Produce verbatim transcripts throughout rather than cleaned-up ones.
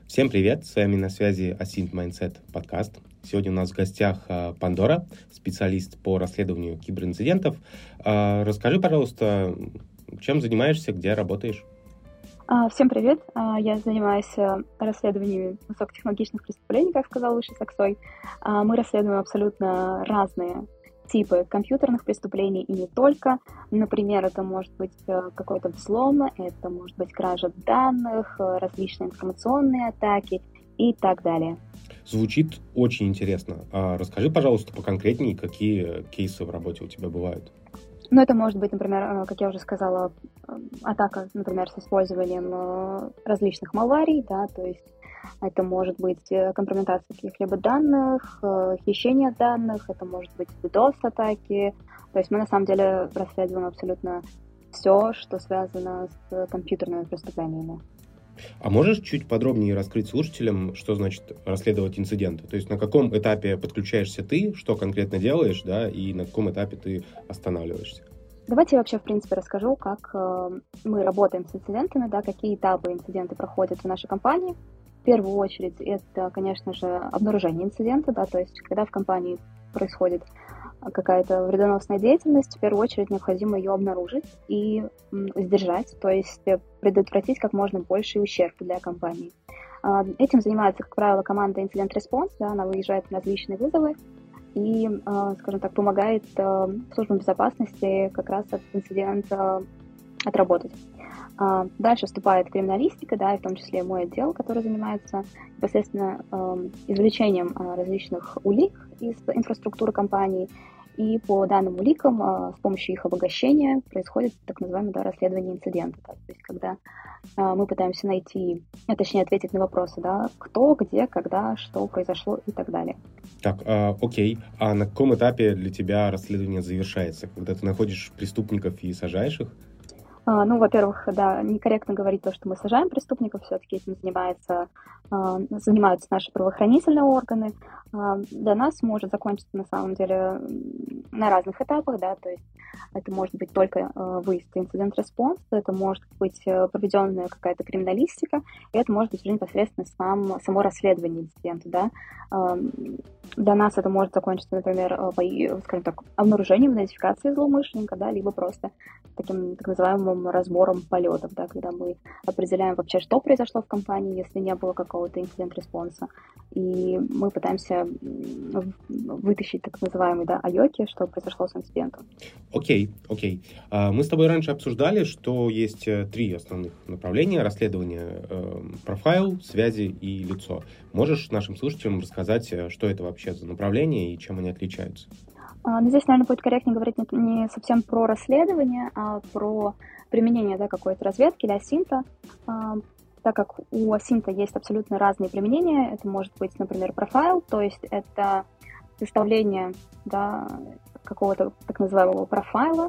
Всем привет, с вами на связи Asint Mindset подкаст. Сегодня у нас в гостях Пандора, специалист по расследованию киберинцидентов. Расскажи, пожалуйста, чем занимаешься, где работаешь? Всем привет, я занимаюсь расследованием высокотехнологичных преступлений, как сказал Выше Саксой. Мы расследуем абсолютно разные типы компьютерных преступлений и не только. Например, это может быть какой-то взлом, это может быть кража данных, различные информационные атаки и так далее. Звучит очень интересно. А расскажи, пожалуйста, поконкретнее, какие кейсы в работе у тебя бывают. Ну, это может быть, например, как я уже сказала, атака, например, с использованием различных малварий, да, то есть это может быть компрометация каких-либо данных, хищение данных, это может быть DDoS-атаки. То есть мы на самом деле расследуем абсолютно все, что связано с компьютерными преступлениями. А можешь чуть подробнее раскрыть слушателям, что значит расследовать инциденты? То есть на каком этапе подключаешься ты, что конкретно делаешь, да, и на каком этапе ты останавливаешься? Давайте я вообще, в принципе, расскажу, как э, мы работаем с инцидентами, да, какие этапы инциденты проходят в нашей компании. В первую очередь это, конечно же, обнаружение инцидента, да, то есть когда в компании происходит какая-то вредоносная деятельность, в первую очередь необходимо ее обнаружить и сдержать, то есть предотвратить как можно больший ущерб для компании. Этим занимается, как правило, команда Incident Response, да, она выезжает на различные вызовы и, скажем так, помогает службам безопасности как раз этот инцидент отработать. Дальше вступает криминалистика, да, и в том числе мой отдел, который занимается непосредственно извлечением различных улик из инфраструктуры компании. И по данным уликам, с помощью их обогащения происходит так называемое, да, расследование инцидента. Да, то есть когда мы пытаемся найти, а точнее ответить на вопросы, да, кто, где, когда, что произошло и так далее. Так, а, окей. А на каком этапе для тебя расследование завершается? Когда ты находишь преступников и сажаешь их? Ну, во-первых, да, некорректно говорить то, что мы сажаем преступников, все-таки этим занимается, занимаются наши правоохранительные органы. Для нас может закончиться, на самом деле, на разных этапах, да, то есть это может быть только выезд инцидент-респонс, это может быть проведенная какая-то криминалистика, и это может быть уже непосредственно сам, само расследование инцидента, да. Для нас это может закончиться, например, скажем так, обнаружением, идентификацией злоумышленника, да, либо просто таким так называемым разбором полетов, да, когда мы определяем вообще, что произошло в компании, если не было какого-то инцидент-респонса, и мы пытаемся вытащить так называемый, да, айоки, что произошло с инцидентом. Окей, окей. Мы с тобой раньше обсуждали, что есть три основных направления расследования: профайл, связи и лицо. Можешь нашим слушателям рассказать, что это вообще за направления и чем они отличаются? Но здесь, наверное, будет корректнее говорить не совсем про расследование, а про применение, да, какой-то разведки или асинта. Так как у асинта есть абсолютно разные применения, это может быть, например, профайл, то есть это составление, да, какого-то так называемого профайла,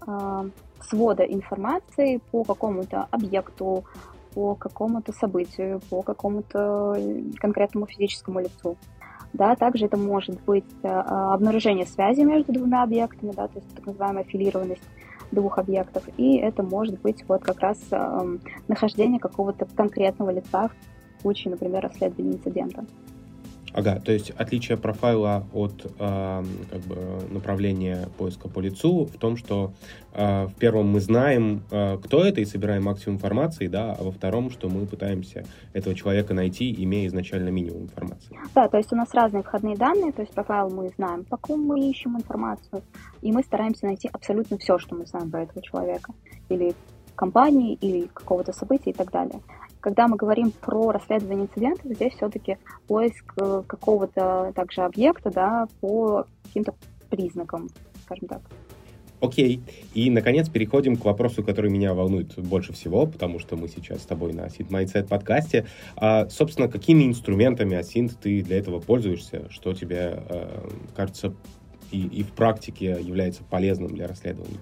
свода информации по какому-то объекту, по какому-то событию, по какому-то конкретному физическому лицу. Да, также это может быть обнаружение связи между двумя объектами, да, то есть так называемая филированность двух объектов, и это может быть вот как раз э, нахождение какого-то конкретного лица в случае, например, расследования инцидента. Ага, то есть отличие профайла от э, как бы направления поиска по лицу в том, что э, в первом мы знаем, э, кто это, и собираем максимум информации, да, а во втором, что мы пытаемся этого человека найти, имея изначально минимум информации. Да, то есть у нас разные входные данные, то есть профайл мы знаем, по кому мы ищем информацию, и мы стараемся найти абсолютно все, что мы знаем про этого человека, или компании, или какого-то события и так далее. Когда мы говорим про расследование инцидентов, здесь все-таки поиск какого-то также объекта, да, по каким-то признакам, скажем так. Окей. И, наконец, переходим к вопросу, который меня волнует больше всего, потому что мы сейчас с тобой на Asint Mindset подкасте. А, собственно, какими инструментами Asint ты для этого пользуешься, что тебе э, кажется и, и в практике является полезным для расследования?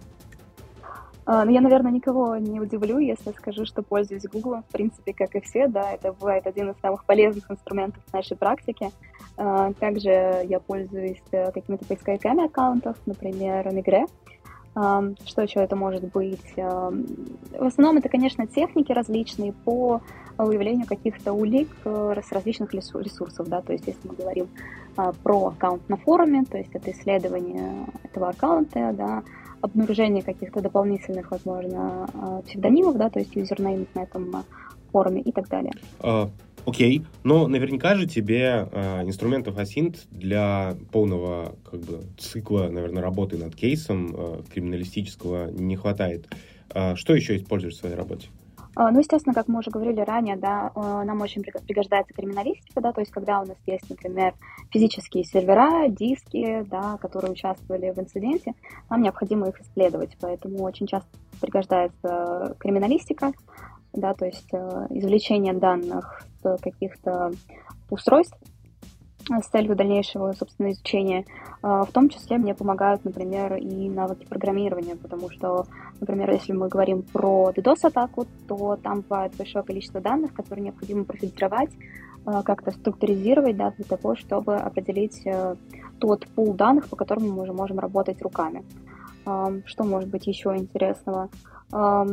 Uh, ну, я, наверное, никого не удивлю, если скажу, что пользуюсь Google, в принципе, как и все, да, это бывает один из самых полезных инструментов в нашей практике. Uh, также я пользуюсь uh, какими-то поисковиками аккаунтов, например, Migre. Uh, что еще это может быть? Uh, в основном это, конечно, техники различные по выявлению каких-то улик э, с различных лесу- ресурсов, да, то есть если мы говорим а, про аккаунт на форуме, то есть это исследование этого аккаунта, да, обнаружение каких-то дополнительных, возможно, а, псевдонимов, да, то есть юзернеймов на этом а, форуме и так далее. А, Окей, но наверняка же тебе а, инструментов Asint для полного как бы цикла, наверное, работы над кейсом а, криминалистического не хватает. А, что еще используешь в своей работе? А, Ну, естественно, как мы уже говорили ранее, да, э, нам очень приго- пригождается криминалистика, да, то есть когда у нас есть, например, физические сервера, диски, да, которые участвовали в инциденте, нам необходимо их исследовать, поэтому очень часто пригождается криминалистика, да, то есть э, извлечение данных с каких-то устройств, с целью дальнейшего, собственно, изучения. А, В том числе мне помогают, например, и навыки программирования, потому что, например, если мы говорим про DDoS-атаку, то там бывает большое количество данных, которые необходимо профильтровать, а, как-то структуризировать, да, для того, чтобы определить э, тот пул данных, по которым мы уже можем работать руками. А, Что может быть еще интересного? А,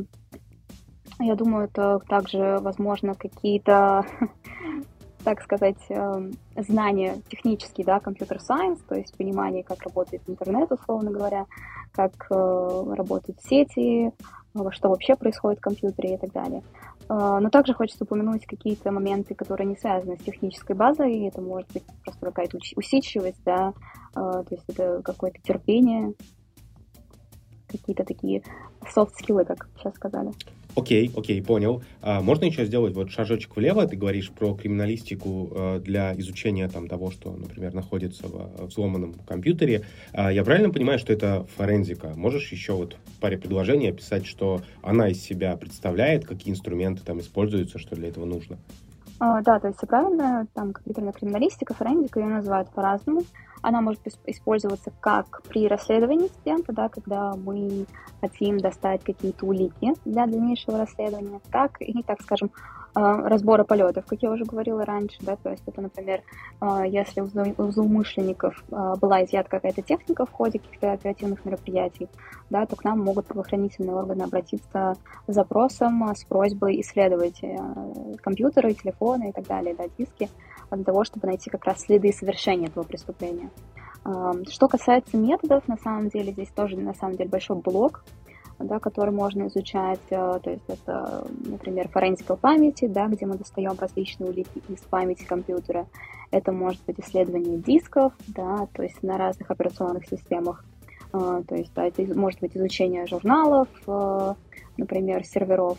Я думаю, это также, возможно, какие-то так сказать, эм, знания технические, да, компьютер-сайенс, то есть понимание, как работает интернет, условно говоря, как э, работают сети, э, что вообще происходит в компьютере и так далее. Э, Но также хочется упомянуть какие-то моменты, которые не связаны с технической базой, и это может быть просто какая-то уч- усидчивость, да, э, то есть это какое-то терпение, какие-то такие софт-скиллы, как сейчас сказали. Окей, окей, понял. А можно еще сделать вот шажочек влево? Ты говоришь про криминалистику э, для изучения там того, что, например, находится в взломанном компьютере. А я правильно понимаю, что это форензика? Можешь еще вот в паре предложений описать, что она из себя представляет, какие инструменты там используются, что для этого нужно? А, Да, то есть все правильно, там компьютерная криминалистика, форензика, ее называют по-разному. Она может ис- использоваться как при расследовании инцидента, да, когда мы хотим достать какие-то улики для дальнейшего расследования, так и, так скажем, а, разбора полетов, как я уже говорила раньше, да, то есть это, например, а, если у зло- у злоумышленников а, была изъята какая-то техника в ходе каких-то оперативных мероприятий, да, то к нам могут правоохранительные органы обратиться с запросом, а, с просьбой исследовать э, компьютеры, телефоны и так далее, да, диски, а, для того, чтобы найти как раз следы совершения этого преступления. Ам, Что касается методов, на самом деле здесь тоже на самом деле большой блок, да, который можно изучать, э, то есть это, например, форензика памяти, да, где мы достаем различные улики из памяти компьютера. Это может быть исследование дисков, да, то есть на разных операционных системах. А, То есть да, это из- может быть изучение журналов, э, например, серверов.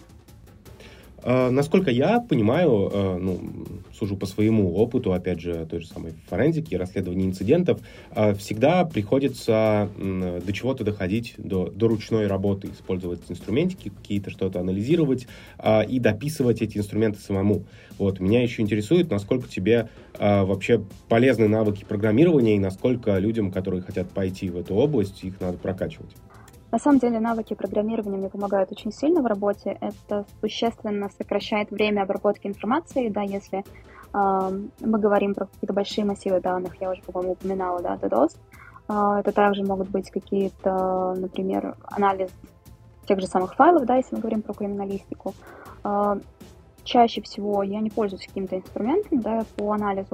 А, Насколько я понимаю, э, ну, сужу по своему опыту, опять же, той же самой форензики, расследования инцидентов, а, всегда приходится м, до чего-то доходить, до, до ручной работы, использовать инструментики какие-то, что-то анализировать а, и дописывать эти инструменты самому. Вот. Меня еще интересует, насколько тебе а, вообще полезны навыки программирования и насколько людям, которые хотят пойти в эту область, их надо прокачивать. На самом деле навыки программирования мне помогают очень сильно в работе. Это существенно сокращает время обработки информации, да, если ам, мы говорим про какие-то большие массивы данных, я уже, по-моему, упоминала, да, DDoS. А, это также могут быть какие-то, например, анализ тех же самых файлов, да, если мы говорим про криминалистику. А, Чаще всего я не пользуюсь какими-то инструментами, да, по анализу.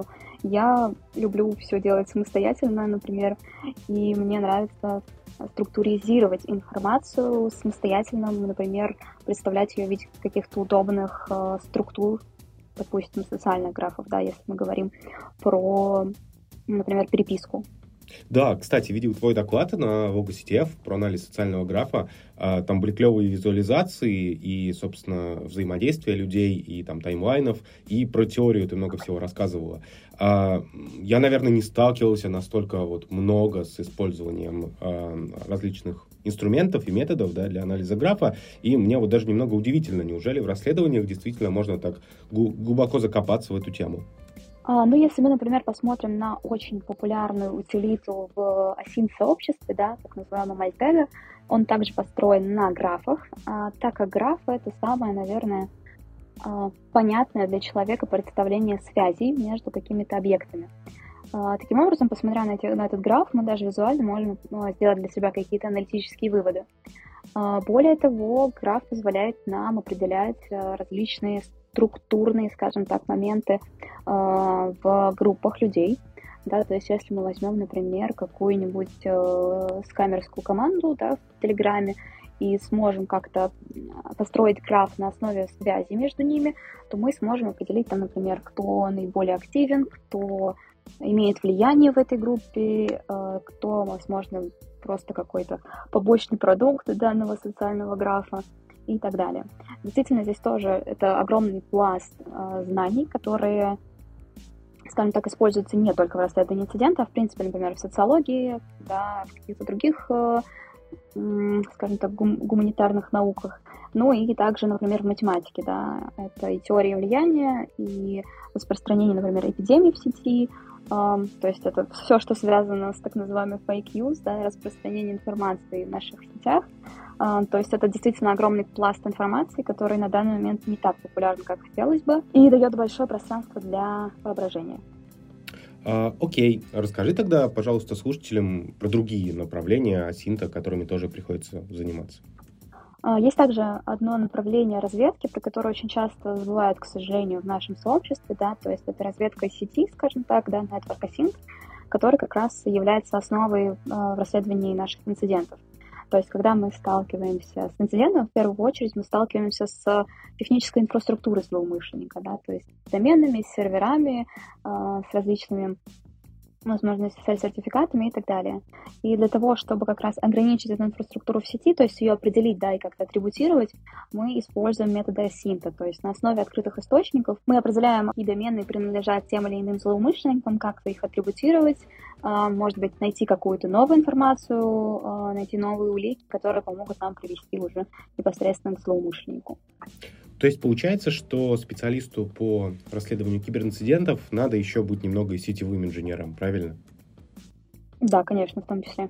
Я люблю все делать самостоятельно, например, и мне нравится структуризировать информацию самостоятельно, например, представлять ее в виде каких-то удобных э, структур, допустим, социальных графов, да, если мы говорим про, например, переписку. Да, кстати, видел твой доклад на Волга си ти эф про анализ социального графа. А, Там были клевые визуализации и, собственно, взаимодействие людей, и там таймлайнов, и про теорию ты много всего рассказывала. А, Я, наверное, не сталкивался настолько вот много с использованием а, различных инструментов и методов, да, для анализа графа, и мне вот даже немного удивительно, неужели в расследованиях действительно можно так глу- глубоко закопаться в эту тему? А, ну, если мы, например, посмотрим на очень популярную утилиту в осин-сообществе, да, так называемый Мальтега, он также построен на графах, а, так как графы — это самое, наверное, а, понятное для человека представление связей между какими-то объектами. А, Таким образом, посмотря на, эти- на этот граф, мы даже визуально можем ну, сделать для себя какие-то аналитические выводы. А, Более того, граф позволяет нам определять а, различные структурные, скажем так, моменты э, в группах людей. Да, то есть если мы возьмем, например, какую-нибудь э, скамерскую команду, да, в Телеграме и сможем как-то построить граф на основе связи между ними, то мы сможем определить, там, например, кто наиболее активен, кто имеет влияние в этой группе, э, кто, возможно, просто какой-то побочный продукт данного социального графа и так далее. Действительно, здесь тоже это огромный пласт э, знаний, которые, скажем так, используются не только в расследовании инцидентов, а в принципе, например, в социологии, да, в каких-то других, э, э, скажем так, гум- гуманитарных науках, ну и также, например, в математике, да, это и теория влияния, и распространение, например, эпидемий в сети, э, то есть это все, что связано с так называемой fake news, да, распространение информации в наших сетях. Uh, то есть это действительно огромный пласт информации, который на данный момент не так популярен, как хотелось бы, и дает большое пространство для воображения. А, окей, расскажи тогда, пожалуйста, слушателям про другие направления асинта, которыми тоже приходится заниматься. Uh, есть также одно направление разведки, про которое очень часто забывают, к сожалению, в нашем сообществе, да, то есть это разведка сети, скажем так, да, Network Async, который как раз является основой uh, в расследовании наших инцидентов. То есть, когда мы сталкиваемся с инцидентом, в первую очередь мы сталкиваемся с технической инфраструктурой злоумышленника, да, то есть с доменами, с серверами, э, с различными, возможно, с сертификатами и так далее. И для того, чтобы как раз ограничить эту инфраструктуру в сети, то есть ее определить, да, и как-то атрибутировать, мы используем методы асинта, то есть на основе открытых источников мы определяем, какие домены принадлежат тем или иным злоумышленникам, как-то их атрибутировать, может быть, найти какую-то новую информацию, найти новые улики, которые помогут нам привести уже непосредственно к злоумышленнику. То есть получается, что специалисту по расследованию киберинцидентов надо еще быть немного и сетевым инженером, правильно? Да, конечно, в том числе.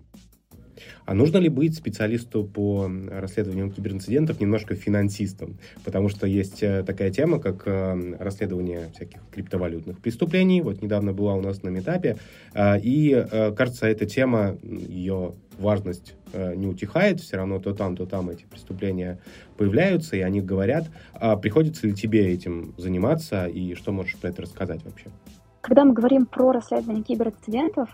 А нужно ли быть специалисту по расследованию киберинцидентов немножко финансистом? Потому что есть такая тема, как расследование всяких криптовалютных преступлений. Вот недавно была у нас на митапе. И, кажется, эта тема, ее важность не утихает. Все равно то там, то там эти преступления появляются, и они говорят. А приходится ли тебе этим заниматься? И что можешь про это рассказать вообще? Когда мы говорим про расследование киберинцидентов,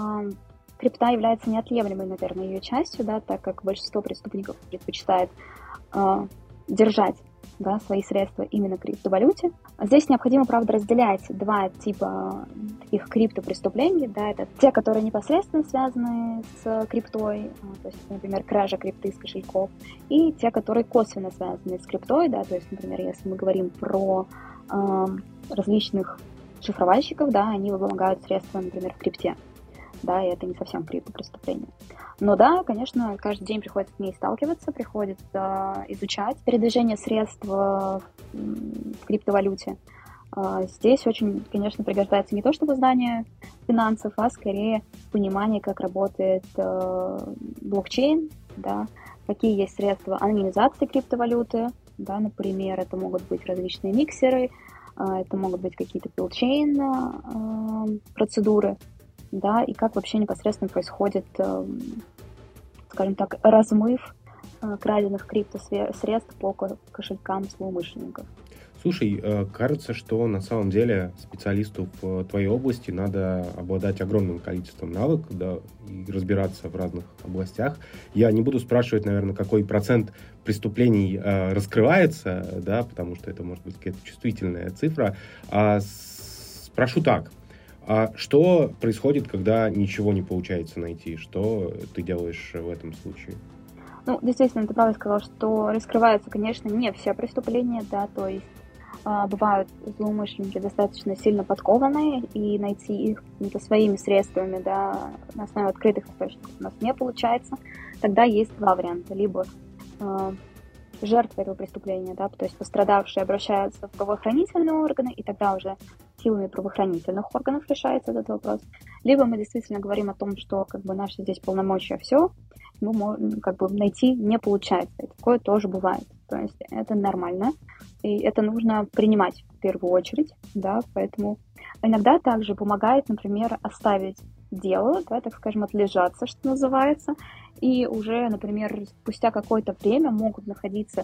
крипта является неотъемлемой, наверное, ее частью, да, так как большинство преступников предпочитает э, держать, да, свои средства именно в криптовалюте. Здесь необходимо, правда, разделять два типа таких криптопреступлений, да, это те, которые непосредственно связаны с криптой, то есть, например, кража крипты с кошельков, и те, которые косвенно связаны с криптой, да, то есть, например, если мы говорим про э, различных шифровальщиков, да, они вымогают средства, например, в крипте. Да, и это не совсем криптопреступление. Но да, конечно, каждый день приходится с ней сталкиваться, приходится изучать передвижение средств в криптовалюте. Здесь очень, конечно, пригождается не то чтобы знание финансов, а скорее понимание, как работает блокчейн, да, какие есть средства анонимизации криптовалюты, да, например, это могут быть различные миксеры, это могут быть какие-то билчейн процедуры, да, и как вообще непосредственно происходит, скажем так, размыв краденных криптосредств по кошелькам злоумышленников. Слушай, кажется, что на самом деле специалисту в твоей области надо обладать огромным количеством навыков, да, и разбираться в разных областях. Я не буду спрашивать, наверное, какой процент преступлений э, раскрывается, да, потому что это может быть какая-то чувствительная цифра. А спрошу так. А что происходит, когда ничего не получается найти? Что ты делаешь в этом случае? Ну, действительно, ты правильно сказал, что раскрываются, конечно, не все преступления, да, то есть э, бывают злоумышленники достаточно сильно подкованные, и найти их какими-то своими средствами, да, на основе открытых источников у нас не получается. Тогда есть два варианта. Либо э, жертвы этого преступления, да, то есть пострадавшие обращаются в правоохранительные органы, и тогда уже силами правоохранительных органов решается этот вопрос. Либо мы действительно говорим о том, что как бы наши здесь полномочия все, мы можем как бы найти не получается. И такое тоже бывает. То есть это нормально, и это нужно принимать в первую очередь, да, поэтому иногда также помогает, например, оставить дело, да, так скажем, отлежаться, что называется, и уже, например, спустя какое-то время могут находиться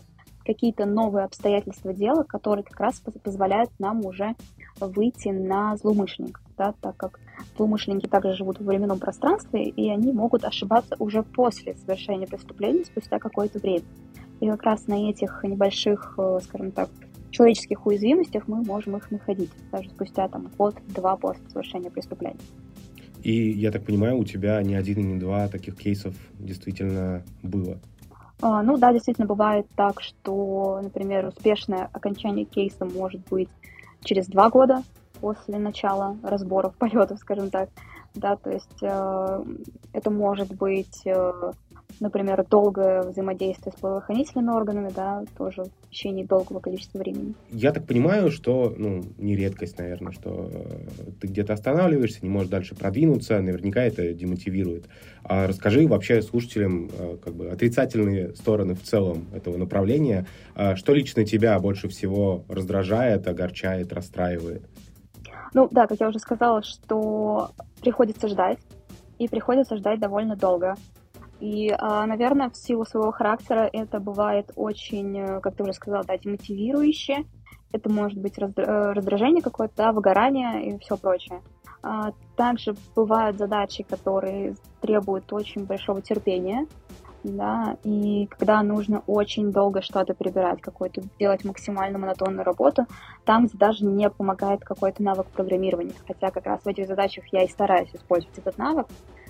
какие-то новые обстоятельства дела, которые как раз позволяют нам уже выйти на злоумышленников, да, так как злоумышленники также живут в временном пространстве, и они могут ошибаться уже после совершения преступления, спустя какое-то время. И как раз на этих небольших, скажем так, человеческих уязвимостях мы можем их находить, даже спустя там год-два после совершения преступления. И, я так понимаю, у тебя ни один и не два таких кейсов действительно было? А, ну да, действительно бывает так, что, например, успешное окончание кейса может быть через два года после начала разборов, полетов, скажем так. Да, то есть э, это может быть, э, например, долгое взаимодействие с правоохранительными органами, да, тоже в течение долгого количества времени. Я так понимаю, что, ну, не редкость, наверное, что ты где-то останавливаешься, не можешь дальше продвинуться, наверняка это демотивирует. А расскажи вообще слушателям как бы отрицательные стороны в целом этого направления. Что лично тебя больше всего раздражает, огорчает, расстраивает? Ну да, как я уже сказала, что приходится ждать, и приходится ждать довольно долго. И, наверное, в силу своего характера это бывает очень, как ты уже сказала, да, демотивирующе. Это может быть раздражение какое-то, да, выгорание и все прочее. Также бывают задачи, которые требуют очень большого терпения, да, и когда нужно очень долго что-то перебирать, какую-то делать максимально монотонную работу, там, где даже не помогает какой-то навык программирования. Хотя как раз в этих задачах я и стараюсь использовать этот навык,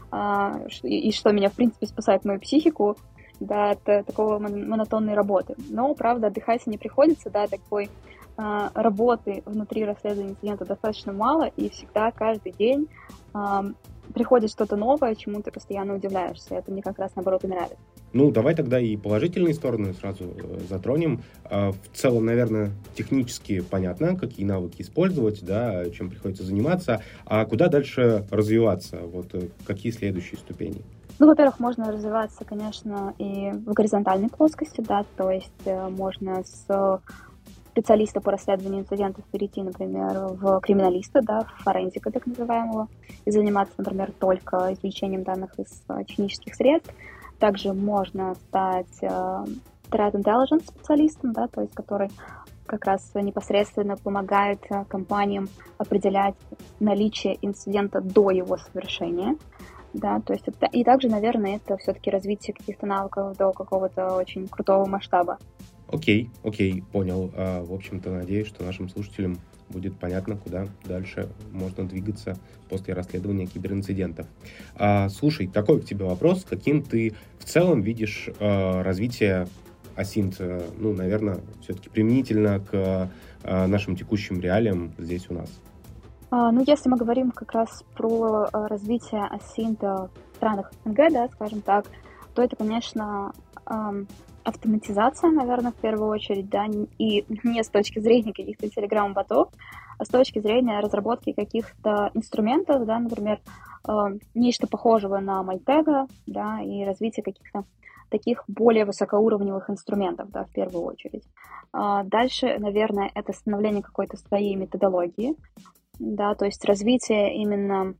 и что меня, в принципе, спасает мою психику, да, от такого монотонной работы. Но, правда, отдыхать не приходится, да, такой а, работы внутри расследования инцидента достаточно мало, и всегда, каждый день а, приходит что-то новое, чему ты постоянно удивляешься. Это мне как раз, наоборот, и нравится. Ну, давай тогда и положительные стороны сразу затронем. В целом, наверное, технически понятно, какие навыки использовать, да, чем приходится заниматься, а куда дальше развиваться? Вот какие следующие ступени? Ну, во-первых, можно развиваться, конечно, и в горизонтальной плоскости, да, то есть можно с специалиста по расследованию инцидентов перейти, например, в криминалиста, да, в форензика так называемого, и заниматься, например, только извлечением данных из технических средств. Также можно стать э, threat intelligence специалистом, да, то есть который как раз непосредственно помогает э, компаниям определять наличие инцидента до его совершения. Да, то есть это, и также, наверное, это все-таки развитие каких-то навыков до какого-то очень крутого масштаба. Окей, окей, понял. А, в общем-то, надеюсь, что нашим слушателям будет понятно, куда дальше можно двигаться после расследования киберинцидентов. А, слушай, такой к тебе вопрос. Каким ты в целом видишь а, развитие Асинт, ну, наверное, все-таки применительно к а, нашим текущим реалиям здесь у нас? А, ну, если мы говорим как раз про а, развитие Асинта в странах СНГ, да, скажем так, то это, конечно, ам, автоматизация, наверное, в первую очередь, да, и не с точки зрения каких-то телеграм-ботов, а с точки зрения разработки каких-то инструментов, да, например, э, нечто похожего на Мальтега, да, и развитие каких-то таких более высокоуровневых инструментов, да, в первую очередь. А дальше, наверное, это становление какой-то своей методологии, да, то есть развитие именно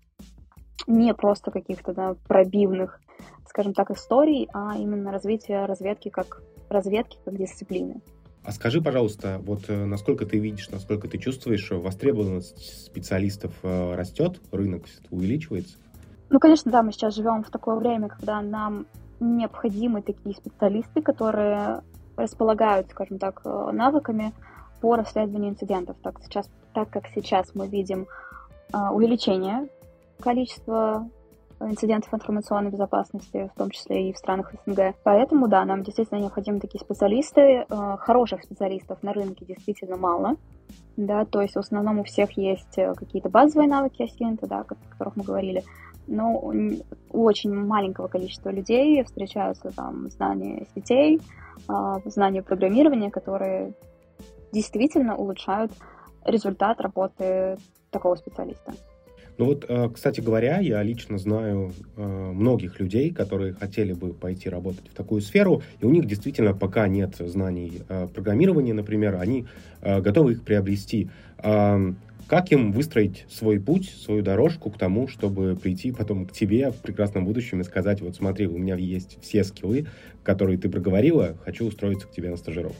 не просто каких-то, да, пробивных, скажем так, историй, а именно развитие разведки как разведки как дисциплины. А скажи, пожалуйста, вот насколько ты видишь, насколько ты чувствуешь, востребованность специалистов растет, рынок увеличивается? Ну, конечно, да, мы сейчас живем в такое время, когда нам необходимы такие специалисты, которые располагают, скажем так, навыками по расследованию инцидентов. Так, сейчас, так как сейчас мы видим увеличение количества инцидентов информационной безопасности, в том числе и в странах СНГ. Поэтому, да, нам действительно необходимы такие специалисты. Хороших специалистов на рынке действительно мало. Да, то есть в основном у всех есть какие-то базовые навыки Асинта, да, о которых мы говорили, но у очень маленького количества людей встречаются там знания сетей, знания программирования, которые действительно улучшают результат работы такого специалиста. Ну вот, кстати говоря, я лично знаю многих людей, которые хотели бы пойти работать в такую сферу, и у них действительно пока нет знаний программирования, например, они готовы их приобрести. Как им выстроить свой путь, свою дорожку к тому, чтобы прийти потом к тебе в прекрасном будущем и сказать: вот смотри, у меня есть все скиллы, которые ты проговорила, хочу устроиться к тебе на стажировку?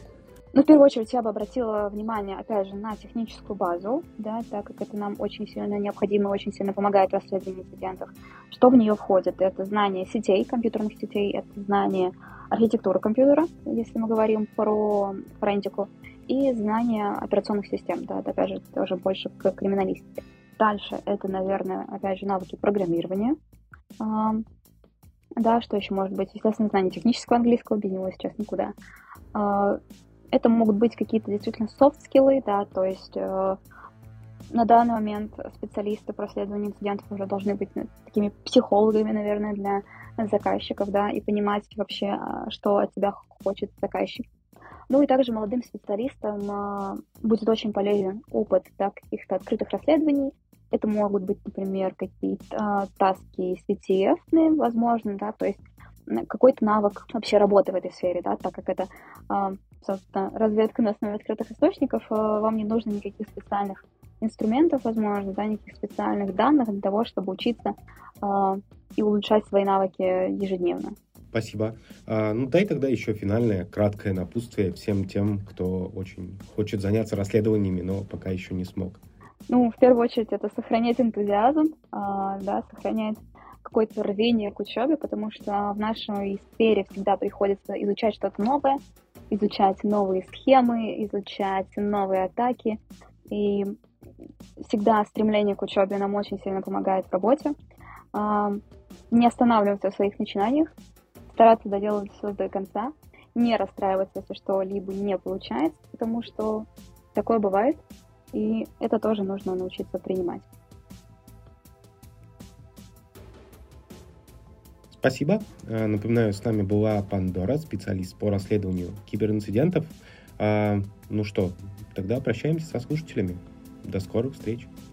Ну, в первую очередь, я бы обратила внимание, опять же, на техническую базу, да, так как это нам очень сильно необходимо, очень сильно помогает в расследовании инцидентов. Что в нее входит? Это знание сетей, компьютерных сетей, это знание архитектуры компьютера, если мы говорим про форензику, и знание операционных систем, да, это, опять же, тоже больше к криминалистике. Дальше это, наверное, опять же, навыки программирования. А, да, что еще может быть? Естественно, знание технического английского, без него сейчас никуда. А, Это могут быть какие-то действительно софт-скиллы, да, то есть э, на данный момент специалисты по расследованию инцидентов уже должны быть ну, такими психологами, наверное, для заказчиков, да, и понимать вообще, а, что от тебя хочет заказчик. Ну и также молодым специалистам а, будет очень полезен опыт, да, каких-то открытых расследований. Это могут быть, например, какие-то а, таски си ти эф, возможно, да, то есть м, какой-то навык вообще работы в этой сфере, да, так как это, а, собственно, разведка на основе открытых источников, а, вам не нужно никаких специальных инструментов, возможно, да, никаких специальных данных для того, чтобы учиться а, и улучшать свои навыки ежедневно. Спасибо. А, ну, дай тогда еще финальное, краткое напутствие всем тем, кто очень хочет заняться расследованиями, но пока еще не смог. Ну, в первую очередь, это сохранять энтузиазм, а, да, сохранять какое-то рвение к учебе, потому что в нашей сфере всегда приходится изучать что-то новое, изучать новые схемы, изучать новые атаки, и всегда стремление к учебе нам очень сильно помогает в работе. А, Не останавливаться в своих начинаниях, стараться доделать все до конца, не расстраиваться, если что-либо не получается, потому что такое бывает, и это тоже нужно научиться принимать. Спасибо. А, Напоминаю, с нами была Пандора, специалист по расследованию киберинцидентов. А, Ну что, тогда прощаемся со слушателями. До скорых встреч.